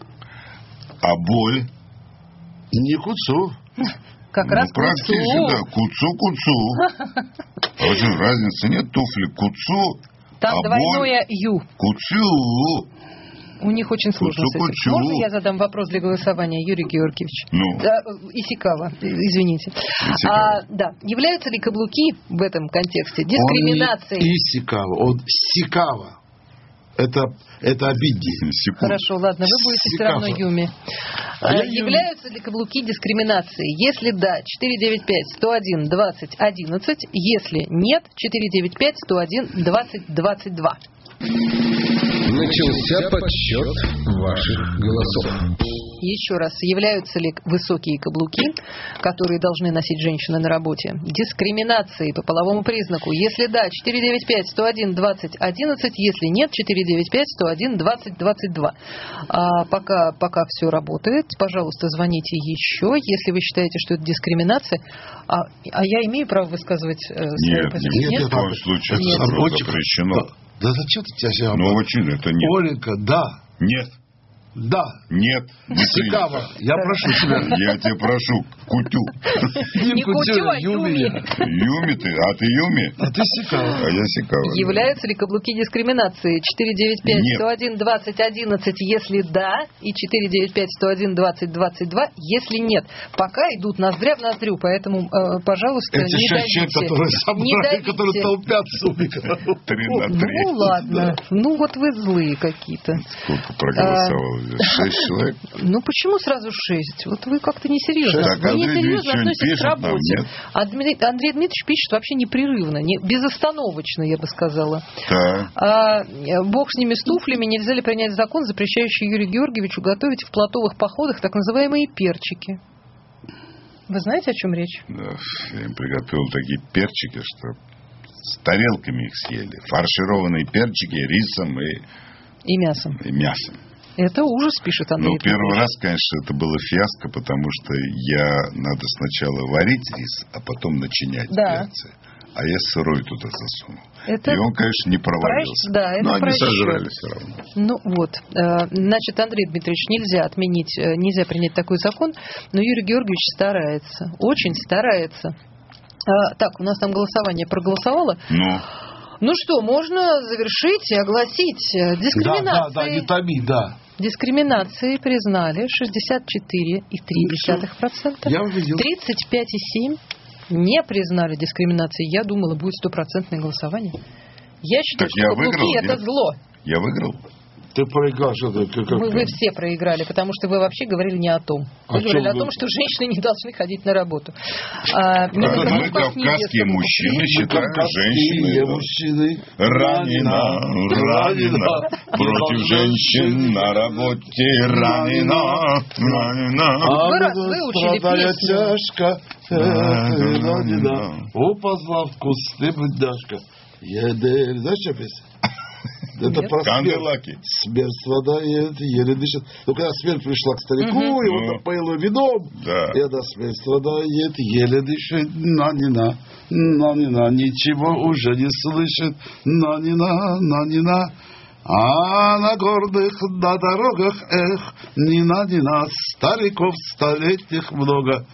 А боль? Не куцу. Как Ну, раз практически, куцу. да. Куцу-куцу. А вот что, разницы нет? Туфли куцу, Там а боль двойное ю. куцу. У них очень сложно с этим. Куцу-куцу. Можно я задам вопрос для голосования, Юрий Георгиевич? Ну. Да, Исикава, извините. Исикава. А, да. Являются ли каблуки в этом контексте дискриминацией? Он не Исикава, он Сикава. Это, это обиднее. Хорошо, ладно, вы будете все равно Юми. А я Являются ли каблуки дискриминацией? Если да, четыре девять пять сто один двадцать одиннадцать. Если нет, четыре девять пять сто один двадцать двадцать два. Начался подсчет ваших голосов. Еще раз, являются ли высокие каблуки, которые должны носить женщины на работе, дискриминацией по половому признаку? Если да, четыре девять пять сто один двадцать одиннадцать. Если нет, четыре девять пять сто один двадцать двадцать два. А пока, пока все работает, пожалуйста, звоните еще, если вы считаете, что это дискриминация. А, а я имею право высказывать э, свою Нет, позицию? нет, ни в коем случае это запрещено. Да, да зачем ты тебя себя... Ну, очень это нет. Оленька, да. Нет. Да. Нет. Сикава, я прошу тебя. Я тебя прошу, Кутю. Не Кутю, а Юми. Юми ты, а ты Юми? А ты Сикава. А я Сикава. Являются ли каблуки дискриминацией? четыре девять пять сто один двадцать одиннадцать, если да, и четыре девять пять сто один двадцать двадцать два, если нет. Пока идут ноздря в ноздрю, поэтому, э, пожалуйста, эти не шесть человек, давите. которые собрали, которые толпятся. Три на три. Ну, ладно. Ну, вот вы злые какие-то. Сколько проголосовало? Шесть человек? Ну, почему сразу шесть? Вот вы как-то несерьезно. Так, Вы Андрей несерьезно Дмитриевич относитесь к пишет нам, работе. нет? Андрей, Андрей Дмитриевич пишет вообще непрерывно, не, безостановочно, я бы сказала. Да. А, бог с ними, с туфлями. Нельзя ли принять закон, запрещающий Юрию Георгиевичу готовить в плотовых походах так называемые перчики? Вы знаете, о чем речь? Да, я им приготовил такие перчики, что с тарелками их съели. Фаршированные перчики рисом и, И мясом. и мясом. Это ужас, пишет Андрей. Ну, первый раз, конечно, это было фиаско, потому что я надо сначала варить рис, а потом начинять Да. перцы. А я сырой туда засунул. Это И он, конечно, не провалился. Прощ... Да, это Но они просчет. сожрали все равно. Ну вот, значит, Андрей Дмитриевич, нельзя отменить, нельзя принять такой закон, но Юрий Георгиевич старается, очень старается. А, так, у нас там голосование проголосовало. Ну, Ну что, можно завершить и огласить дискриминации. Да, да, да, не томи, да. Дискриминации признали шестьдесят четыре и три десятых процента. Я увидел. тридцать пять и семь десятых процента не признали дискриминации. Я думала, будет стопроцентное голосование. Я считаю, Так что я каблуки выиграл, это нет? зло. я выиграл. Ты проиграл, что ты... Как, Вы, вы все проиграли, потому что вы вообще говорили не о том. Вы О говорили чем о вы? том, что женщины не должны ходить на работу. А, не Мы на каблуках, не кавказские без мужчины каблуков. считаем женщины. мужчины. Ранена, ранена, против женщин на работе ранена, ранена. А Вы раз буду выучили страдая песню. тяжко, Да, ранена. У позла вкусный будяшка. Еды. Знаешь, что песня? Это Нет. про смерть. Канделаки. Смерть страдает, еле дышит. Ну, когда смерть пришла к старику, Мгм. и он Ну. напоил его вином, Да. и когда смерть страдает, еле дышит, на-ни-на, на-ни-на, ничего уже не слышит, на-ни-на, на-ни-на. А на горных на дорогах, эх, ни-на-ни-на, стариков столетних много.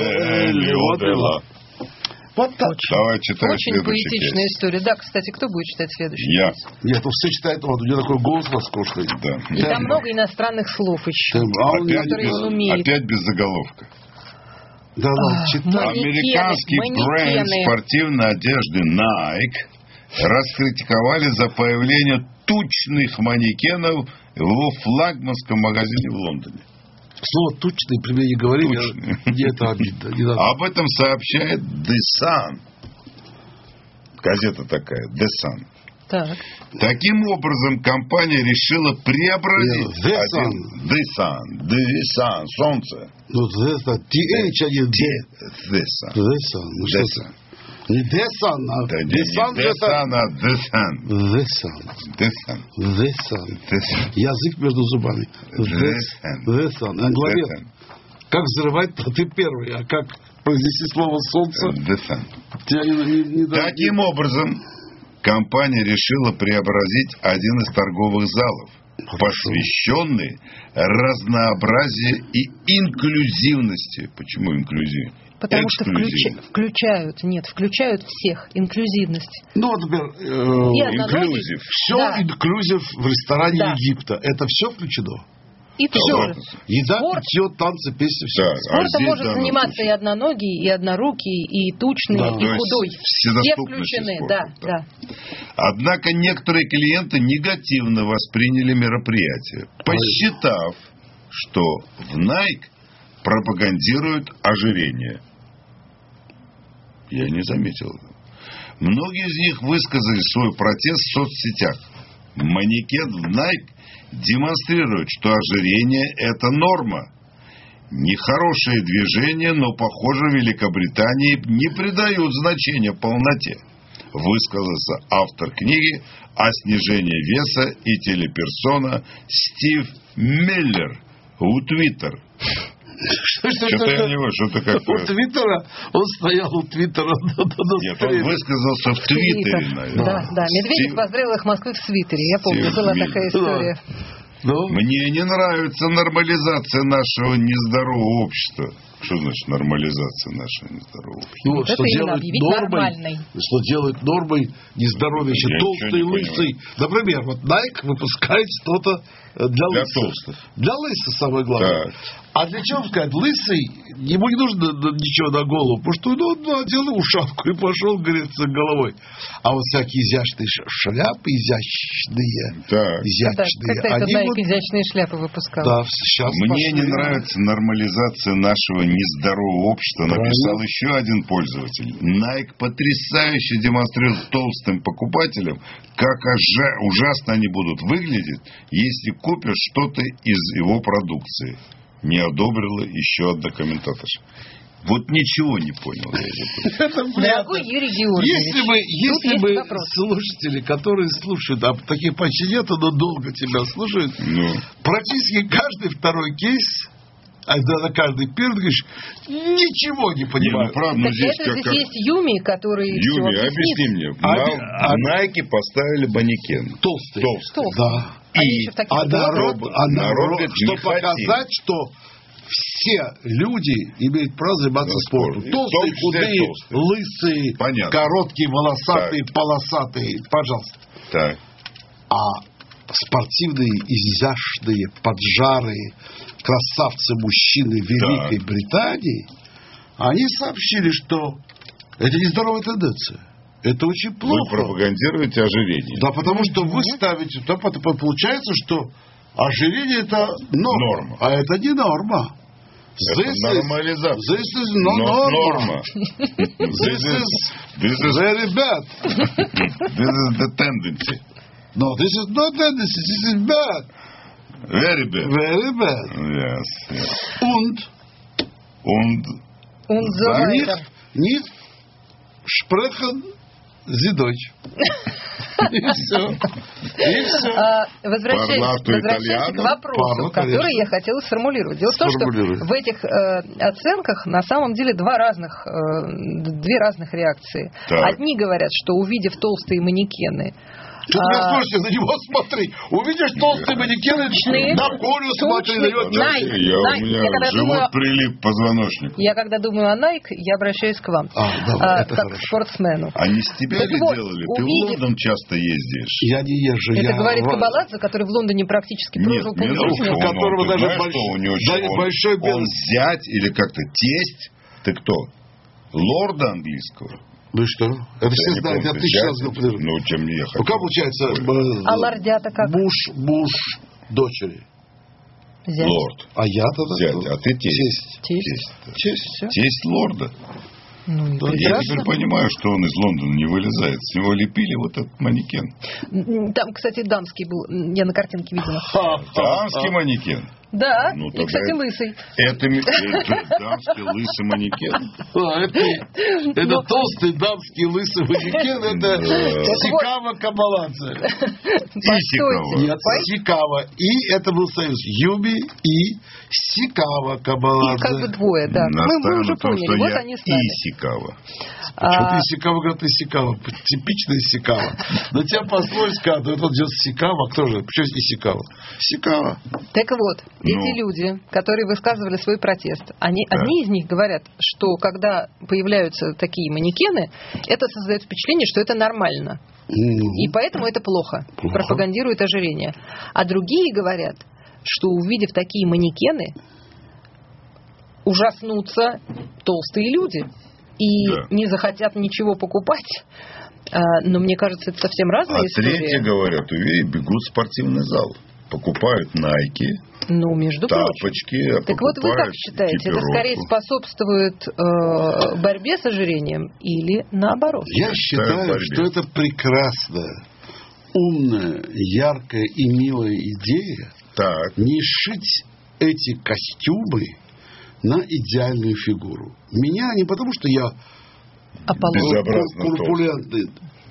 Делиодела. Вот так. Давай читай Очень следующий поэтичная песня. история. Да, кстати, кто будет читать следующий? Я. Нет, ну все читают, вот у меня такой голос роскошный. Да. И там много иностранных слов еще. А он Опять который без, он умеет. опять без заголовка. Да ладно, А, читай. Манекены, Американский бренд манекены. спортивной одежды Nike раскритиковали за появление тучных манекенов в его флагманском магазине в Лондоне. Слово «тучный» при мне не говорили. Тучный. Мне это обидно. Не надо. Об этом сообщает The Sun. Газета такая, The Sun. Так. Таким образом, компания решила преобразить The один- The Sun, The Sun, солнце. Ну, это ти эйч, а не D. The Sun. Десан. Ну, The что Sun. это? Не Десан, а Да, не, Десан не же The это... Sun, а The Sun. Десан. The Sun. Десан. The Sun. Язык между зубами. Десан. Десан. Англовед. Как взрывать-то ты первый, а как произнести слово «солнце» The Sun. тебя не... не, не Таким образом, компания решила преобразить один из торговых залов, посвященный разнообразию и инклюзивности. Почему инклюзивность? Потому что Эксклюзивность. включ- включают, нет, включают всех, инклюзивность. Ну, вот, например, И э, одноногих. инклюзив. все Да. инклюзив в ресторане Да. Египта. Это все включено? И ты Да, тоже. Еда, Спорт. питье, танцы, песни, все. Да, а Спортом здесь, может в данном заниматься случае, и одноногий, и однорукий, и тучный, Да. и То есть худой. Все вседоступность включены, спорта, да, да. да. Однако некоторые клиенты негативно восприняли мероприятие, посчитав, что в Nike пропагандируют ожирение. Я не заметил этого. Многие из них высказали свой протест в соцсетях. Манекен в Nike демонстрирует, что ожирение – это норма. Нехорошее движение, но, похоже, в Великобритании не придают значения полноте. Высказался автор книги о снижении веса и телеперсона Стив Миллер у Твиттер. Что-то я не знаю, что-то У как-то... Твиттера, он стоял у Твиттера на, на, на Нет, стреме. он высказался в Твиттере, наверное. Да, да. Медведев Стив- поздравил их в Москве в Свитере. Я помню, Стив была Миллер. такая история. Ну, Мне не нравится нормализация нашего нездорового общества. Что значит нормализация нашего нездорового общества? ну, Вот что это именно делает объявить нормой, нормальной. что делает нормой нездоровье, Я толстый, ничего не лысый. Например, вот Nike выпускает что-то для, Для лысых. толстых. Для лысых самое главное. Так. А для чего сказать? Лысый, ему не нужно на- ничего на голову, потому что ну, он надел ушанку и пошел греться головой. А вот всякие изящные ш- шляпы, изящные, Так. Когда, изящные, когда это они Nike вот... изящные шляпы выпускал. Да, сейчас Мне не пошли. нравится нормализация нашего нездорового общества, написал Правильно. еще один пользователь. Nike потрясающе демонстрирует толстым покупателям, как ожа- ужасно они будут выглядеть, если купишь что-то из его продукции. Не одобрила еще одна комментаторша. Вот ничего не понял. я. Это Дорогой приятно. Юрий Георгиевич, Если бы, тут если есть бы вопрос. слушатели, которые слушают, а таких почти нету, но долго тебя слушают, Ну, практически каждый второй кейс, а да, на каждый первый, говоришь, ничего не не, ну понимаю. правда, ну Так здесь это как... здесь как- есть Юми, который все Юми, объяснит. объясни мне. А- На, а- в Nike поставили манекен. Толстый. Толстый. Да. Они И- еще в таких А народ, Чтобы- а народ народ, говорит, что не хотим. показать, что все люди имеют право заниматься Да, спортом. спорт. И в Толстые, том числе худые, толстые. лысые, Понятно. короткие, волосатые, полосатые. Пожалуйста. Так. А спортивные, изящные, поджарые красавцы-мужчины Великой Так. Британии, они сообщили, что это нездоровая тенденция. Это очень Вы плохо. пропагандируете ожирение. Да, потому что вы ставите... Да, потому- получается, что ожирение это норма. Норма. А это не норма. Это This is- нормализация. This is no Но- norma. норма. This is This is, very bad. this is the tendency. No, this is not tendency. This is bad. Very bad. Very bad. Yes, yes. Und Und Он Да, за nicht, это. nicht sprechen Sie Deutsch. И все. И все. А, Возвращаясь, Parlato возвращаясь к italiano. вопросу, Parlo, который конечно. я хотела сформулировать. Дело в том, что Сформулируй. в этих э, оценках на самом деле два разных, э, две разных реакции. Так. Одни говорят, что увидев толстые манекены, Что ты меня А. слушаешь, на него смотри. Увидишь толстые манекены, Тучные, на Колю смотри, на него. тучные. Най- я, Nike. у меня Я когда живот думаю- прилип к позвоночнику. я когда думаю о Nike, я обращаюсь к вам, А, давай, а, это как хорошо. к спортсмену. Они с тебя Так ли вот, делали? Ты в увидев- Лондон часто ездишь. Я не езжу. Это я говорит в- Кабаладзе, который в Лондоне практически Нет, прожил минутку, полжизни. у он, которого ты даже знаешь, больш- что у него да, еще- он, большой он белый. зять или как-то тесть? Ты кто? Лорда английского? Ну и что? Это все не знают, я помню, тысячу раз зять. говорил. Ну, чем не ехать. Ну, как получается, э, А лордята как? муж, муж дочери. Зять. Лорд. А я-то... Зять, а ты тесть. Тесть. Тесть. Тесть. Тесть. Всё. Тесть лорда. Ну, и Я прекрасно. теперь понимаю, что он из Лондона не вылезает. С него лепили вот этот манекен. М, Там, кстати, дамский был. М, Я на картинке видела. Дамский манекен. Да, Ну, и, тогда кстати, это- лысый. Это, ми- это дамский лысый манекен. А, Это, это Но- толстый дамский лысый манекен, это Да. Сикава Кабаладзе. Исикова. Нет, Сикава. И это был союз Юби и Сикава Их Кабаладзе. как бы двое, да. Мы, мы Настаиваю уже на том, поняли. что Вот я они с нами. Исикава. Что А, ты Сикава, говорят, Исикава. Типичная Сикава. Но тебя пословие сказывают, вот идет Сикава, кто же? Почему Исикава? Сикава. Так вот, Ну. эти люди, которые высказывали свой протест, они, Да. одни из них говорят, что когда появляются такие манекены, это создает впечатление, что это нормально. И поэтому это плохо. Плохо. Пропагандирует ожирение. А другие говорят, что, увидев такие манекены, ужаснутся толстые люди и Да. не захотят ничего покупать. А, но мне кажется, это совсем разные А истории. третьи говорят, увидели, бегут в спортивный зал. Покупают найки, Ну, между прочим. тапочки, Так вот, вы как покупают считаете, это экипировку. скорее способствует э, борьбе с ожирением или наоборот? Я считаю, борьбе. что это прекрасная, умная, яркая и милая идея Так, не сшить эти костюмы на идеальную фигуру. Меня не потому, что я Аполлон. Безобразно корпулентный.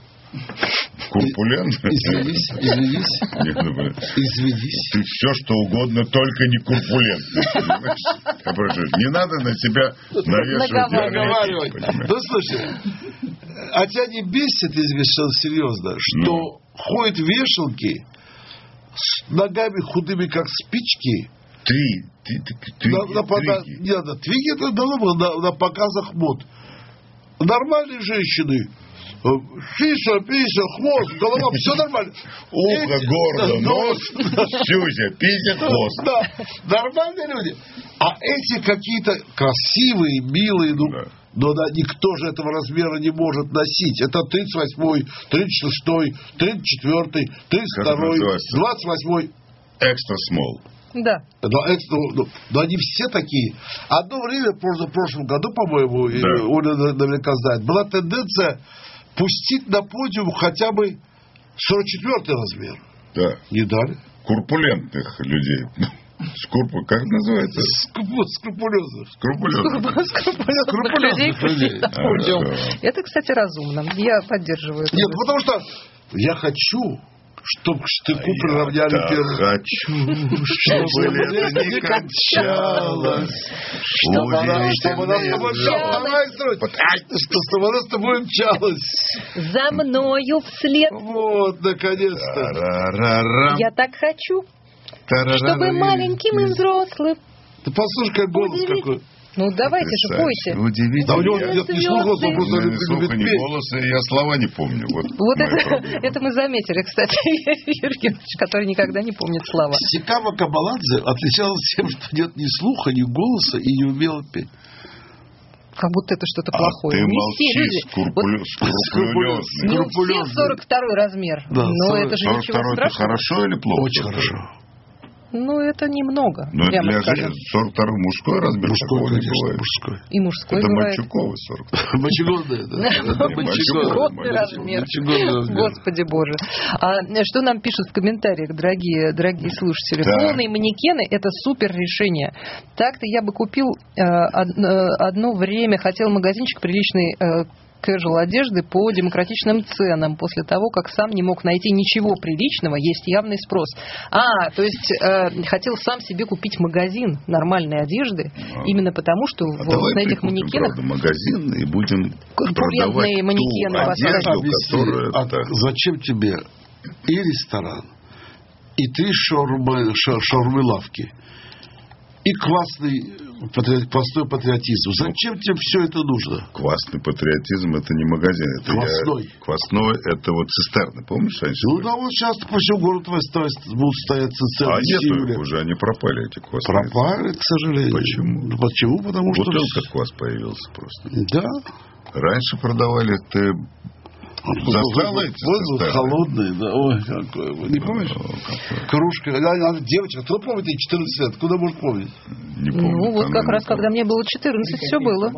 курпулент. Извинись, извинись, Нет, ну, блин. извинись. Ты все, что угодно, только не курпулентный. Понимаешь? Я прошу, не надо на себя навешивать Наговаривать. Наговаривать. ярлыки, понимаешь? Ну, слушай, а тебя не бесит, извини, что серьезно, что Ну. ходят вешалки с ногами худыми, как спички, Три, ты, ты, ты, на, на, пода- твиги. не, на твиги это давно было на, на показах мод. Нормальные женщины. э, Сиса, писа, хвост, голова, все нормально. Ухо, Эти- горло, да, нос, сюзя, пися, хвост. Да, нормальные люди. А эти какие-то красивые, милые, ну, Да. но да, никто же этого размера не может носить. Это тридцать восьмой, тридцать шестой, тридцать четвёртый, тридцать Как это второй, называется? двадцать восьмой. Экстра смол. Да. Но, это, ну, но они все такие. Одно время, просто в прошлом году, по-моему, и Да. Оля наверняка знает, была тенденция пустить на подиум хотя бы сорок четвёртый размер. Да. Не дали. Курпулентных людей. Скурпу, как это называется? Скрупу- Скрупулезных. Скрупулентных. Скрупулезных людей пустить на А, подиум. да. Это, кстати, разумно. Я поддерживаю это. Нет, потому что я хочу, чтобы к штыку приравняли Я первый. хочу, чтобы лето не кончалось. Чтобы она, чтобы она с тобой Удивительный мчалась. Давай, Срочь. Что, чтобы она с тобой мчалась. За мною вслед. Вот, наконец-то. Тарарарам, Я так хочу, тарарарам. чтобы маленьким и взрослым. Ты послушай, как голос Удиви- какой. Ну, давайте же, Потрясающе. пойте. Удивительно. Да у него Я- нет ни слуха, он Звезды. просто Ни любит слуха, ни петь. голоса, я слова не помню. Вот, Вот моя это, проблема. это мы заметили, кстати, Юрий Георгиевич, который никогда не помнит слова. Сикава Кабаладзе отличалась тем, что нет ни слуха, ни голоса и не умела петь. Как будто это что-то А плохое. ты Не все молчи, люди. скрупулё- Вот скрупулезный. не у всех скрупулезный. сорок второй размер. Да, но сорок- это же сорок ничего второй это страшного. хорошо или плохо? Очень хорошо. Ну, это немного, Но прямо для скажем. женщин сорок второй мужской размер. Мужской, такого не конечно, бывает. мужской. И мужской Это бывает. Мальчуковый сорок второй. Мочегонная, да. Это Мальчуковый. мочегонная. Годный размер. Мочегонный размер. Господи боже. А что нам пишут в комментариях, дорогие, дорогие слушатели? Да. Полные манекены – это супер решение. Так-то я бы купил э, од- э, одно время, хотел магазинчик приличный э, casual одежды по демократичным ценам. После того, как сам не мог найти ничего приличного, есть явный спрос. А, то есть э, хотел сам себе купить магазин нормальной одежды, А. именно потому, что А вот давай на этих прикупим, манекенах правда, магазин и будем Корпулентные продавать манекены ту вас одежду, Объясни, которая... а да. зачем тебе и ресторан, и три шаурмы, ша- шаурмы лавки, и классный, патри- простой патриотизм? Зачем тебе все это нужно? Квасный патриотизм это не магазин. Это Квасной. Я, квасной это вот цистерны. Помнишь, раньше? Ну да, вот сейчас по всему городу твои ста- будут стоять цистерны. А с нет, июля. их уже они пропали, эти квасные. Пропали, к сожалению. Почему? Ну, почему? Потому что... Бутылка квас появился просто. Да. Раньше продавали, ты застал Вот, эти вот, цистерны? холодные, да. Ой, какой, вы не помнишь? О, какой. Кружка. Она, она девочка, кто помнит ей четырнадцать лет? Куда может помнить? Не помню. Ну, вот там как раз, никого. когда мне было четырнадцать, все было.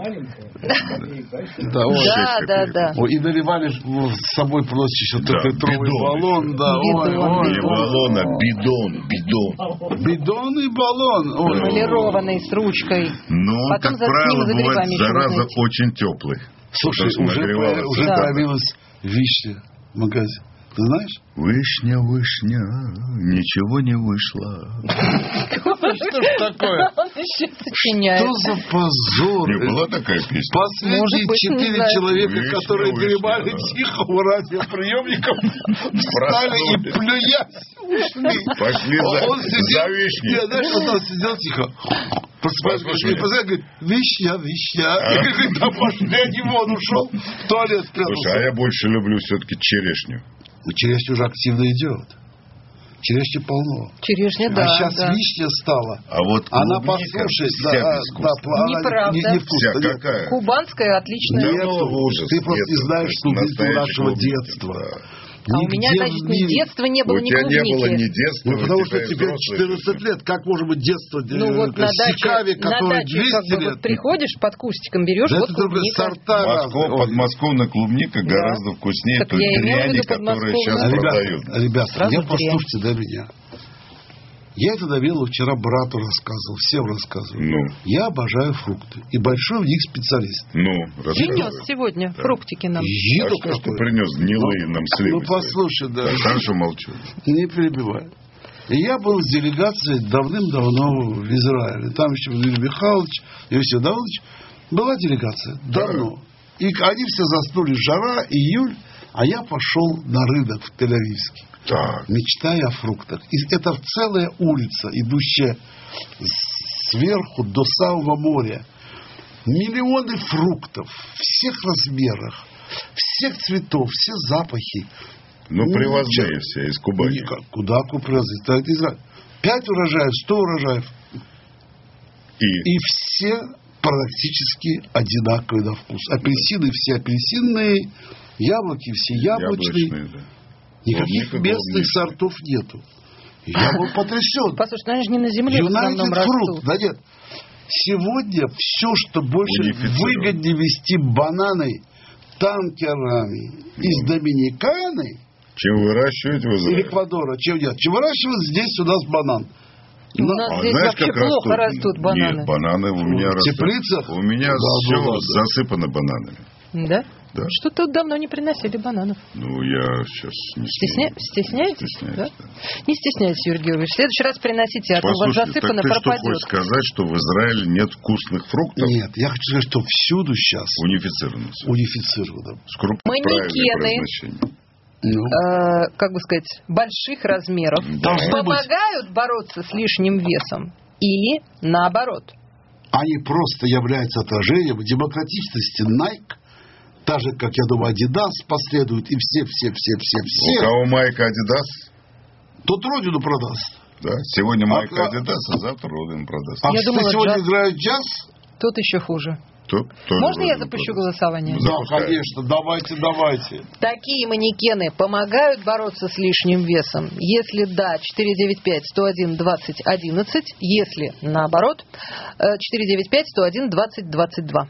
Да, ой. Да, шесть да, копеек. да. Ой, и наливали ж, ну, с собой просто еще Да, трехлитровый бидон баллон. Да, ой, Бидон, ой, Не бидон. баллон, а бидон, бидон. Бидон и баллон. Ой. Эмалированный, с ручкой. Но, Потом как за- с ним правило, за бывает, грибами еще зараза можно идти. очень теплый. Слушай, Потому что уже, нагревалось. по- уже Да. появилась вишня в магазине. Ты знаешь? Вышня, вышня, ничего не вышло. Что ж такое? Он еще сочиняет. Что за позор? Не была такая песня? Последние Может быть, не четыре знаю. человека, Вышня, которые вышня, гребали да. тихо у радиоприемников, встали и, Проснулись. плюясь, ушли. Пошли за, Он сидел, за вишней. нет, знаешь, вот он сидел тихо. Послушай Посмотри, меня. посмотри, говорит, вишня, вишня. А? И говорит, да пошли, они вон ушел, в туалет Слушай, а спрятался. я больше люблю все-таки черешню. Ну, черешня уже активно идет. Черешни полно. Черешня, да. А сейчас да. вишня стала. А вот Она, клубника послушай, вся да, да, безвкусная. она Неправда. Не, не вкусно, Вся нет. какая? Кубанская отличная. Да. Нету. Ну, ужас, Ты просто не нету. знаешь клубнику Настоящей нашего клубники, детства. да. А у меня, Нигде значит, в ни мире. детства не было, У ни тебя не было клубники. ни детства, Ну, у потому тебя что и тебе взрослая четырнадцать жизнь. лет. Как может быть детство Ну э, вот на даче, Сикаве, на который даче как двести бы лет? вот приходишь под кустиком, берешь, Да вот это другие клубника. сорта Москва, разные. подмосковная клубника Да. гораздо вкуснее Так той я имела в дряни, виду которая подмосковную. сейчас А, продают. Ребята, ребята, Сразу я дрянь. послушайте до меня. Я это довел вчера брату рассказывал, всем рассказывал. Ну, Я обожаю фрукты. И большой в них специалист. ну, Принес рассказывай. сегодня фруктики нам. А Еду что ж ты какую. принес гнилые нам сливы? Ну, послушай, да. Да, хорошо молчу. Не перебивай. И я был с делегацией давным-давно в Израиле. Там еще Юрий Михайлович, Иосиф Давыдович. Была делегация. Давно. И они все заснули. Жара, июль. А я пошел на рынок в Тель-Авивский. Так. Мечтая о фруктах. И это целая улица, идущая сверху до самого моря. Миллионы фруктов. Всех размерах. Всех цветов. Все запахи. Ну, Ну, привозные чё? все из Кубани. Никак. Куда купразы? Так, Израиль. Пять урожаев, сто урожаев. И, И все практически одинаковые на вкус. Апельсины все апельсинные, яблоки все яблочные. яблочные, да. Никаких Клубника, местных клубника. сортов нету. И я был потрясен. Послушай, ну они же не на земле в основном United растут. Fruit. Да нет. Сегодня все, что больше Унифицировано. выгоднее везти бананы танкерами из Доминиканы Чем выращивать в или Израиле? Эквадора, чем нет. Чем выращивать здесь у нас банан. У Ну, нас А здесь знаешь, вообще как плохо растут? растут бананы. Нет, бананы у меня В растут. теплицах? У меня Да, все да, да. засыпано бананами. Да? Да. Что-то давно не приносили бананов. Ну, я сейчас не Стесня... смею. Стесняетесь? Стесняюсь, Да? да. Не стесняйтесь, Юрий Георгиевич. В следующий раз приносите, а то у вас Послушай, засыпано, так ты что пропадет. хочешь сказать, что в Израиле нет вкусных фруктов? Нет, я хочу сказать, что всюду сейчас Унифицировано всё. унифицировано. Скоро Манекены. правильное произношение. Ну, Э, как бы сказать, больших размеров Должны помогают бороться с лишним весом или наоборот? они просто являются отражением демократичности Nike, так же, как, я думаю, Adidas последует, и все, все, все, все, У все. кого майка Adidas? Тот родину продаст. Да. Сегодня майка А- Adidas, а завтра Родин продаст. А Я все думала, сегодня джаз. играют джаз? Тут еще хуже. Тут тоже Можно я Родин запущу продаст. голосование? Да. Запускай. Да, конечно, давайте, давайте. Такие манекены помогают бороться с лишним весом? Если да, четыре девять пять сто один двадцать одиннадцать. Если наоборот, э, четыре девять пять сто один двадцать двадцать два.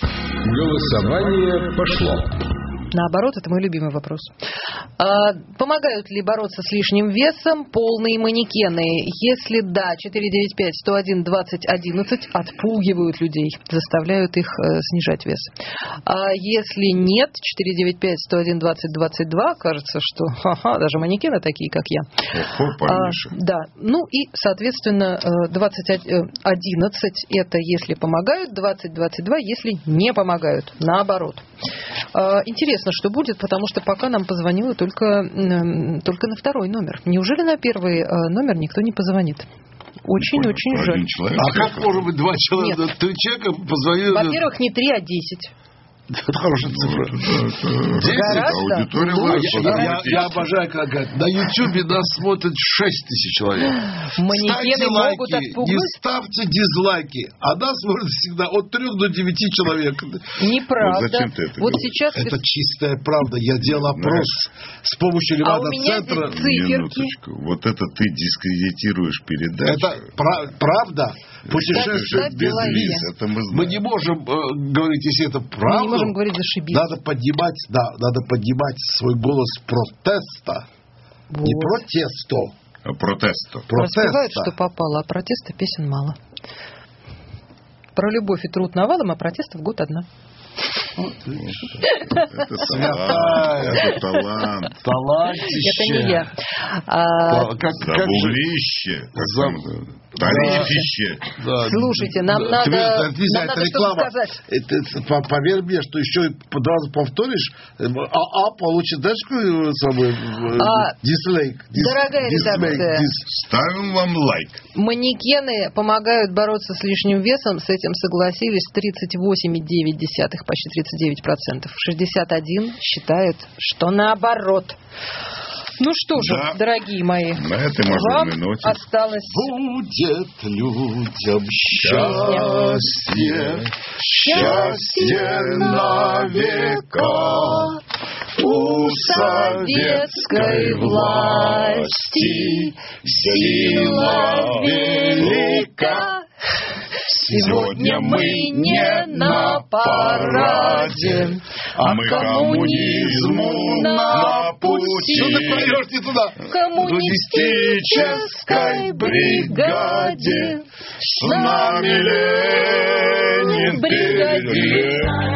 Голосование пошло. Наоборот, это мой любимый вопрос. А, помогают ли бороться с лишним весом полные манекены? Если да, четыре девять пять сто один двадцать одиннадцать отпугивают людей, заставляют их э, снижать вес. А если нет, четыре девять пять сто один двадцать двадцать два, кажется, что ха-ха, даже манекены такие, как я. Ого, А, Паниша. да, ну и, соответственно, э, двадцать одиннадцать это если помогают, двадцать двадцать два если не помогают, наоборот. А, Интересно, что будет, потому что пока нам позвонило только, м, только на второй номер. Неужели на первый э, номер никто не позвонит? Очень-очень Один жаль. человек. А как может быть два человека? Нет. Три человека позвонили? Во-первых, не три, а десять. Это хорошая цифра. Гораздо Аудитория лучше. выросла Я, я драматически. обожаю, когда говорят, на Ютьюбе нас смотрит шесть тысяч человек. Манекены Ставьте могут лайки, отпугнуть? не ставьте дизлайки. А нас смотрит всегда от трех до девяти человек. Неправда. Вот зачем ты это вот делаешь? сейчас... Это чистая правда. Я делал опрос с помощью А у меня Левада-центра. здесь циферки. Минуточку. Вот это ты дискредитируешь передачу. Это пра- правда. Путешествие Ставьте без лайки. виз. Это мы знаем. Мы не можем э, говорить, если это Мы правда. не можем говорить зашибись. Надо поднимать, да, надо поднимать свой голос протеста. Вот. Не протесту. А Протесто. Распевают, Протеста. что попало, а протеста песен мало. Про любовь и труд навалом, а протеста в год одна. Это талант. Это талант. Талантище. Это не я. А, Как, как же? Забугрище. Как За- там это? Тарифище. Да. Слушайте, нам Да, надо- ты, ты, нам это надо реклама. что-то сказать. Это, это, по- поверь мне, что еще и по два раза повторишь, э, а, а получит, знаешь, какой э, самый э, А, дизлайк. Дис- дорогая дизлайк, редакция. дис- Ставим вам лайк. манекены помогают бороться с лишним весом. С этим согласились тридцать восемь целых девять десятых, почти тридцать девять процентов. шестьдесят один считает, что наоборот. Ну что же, Да. дорогие мои, На этой вам мажорной ноте. осталось Будет людям счастье, счастье на века. У советской власти сила велика. Сегодня мы не на параде, а мы коммунизму на пути. Что ты поешь не туда? в коммунистической бригаде С нами Ленин бригаде. вперед.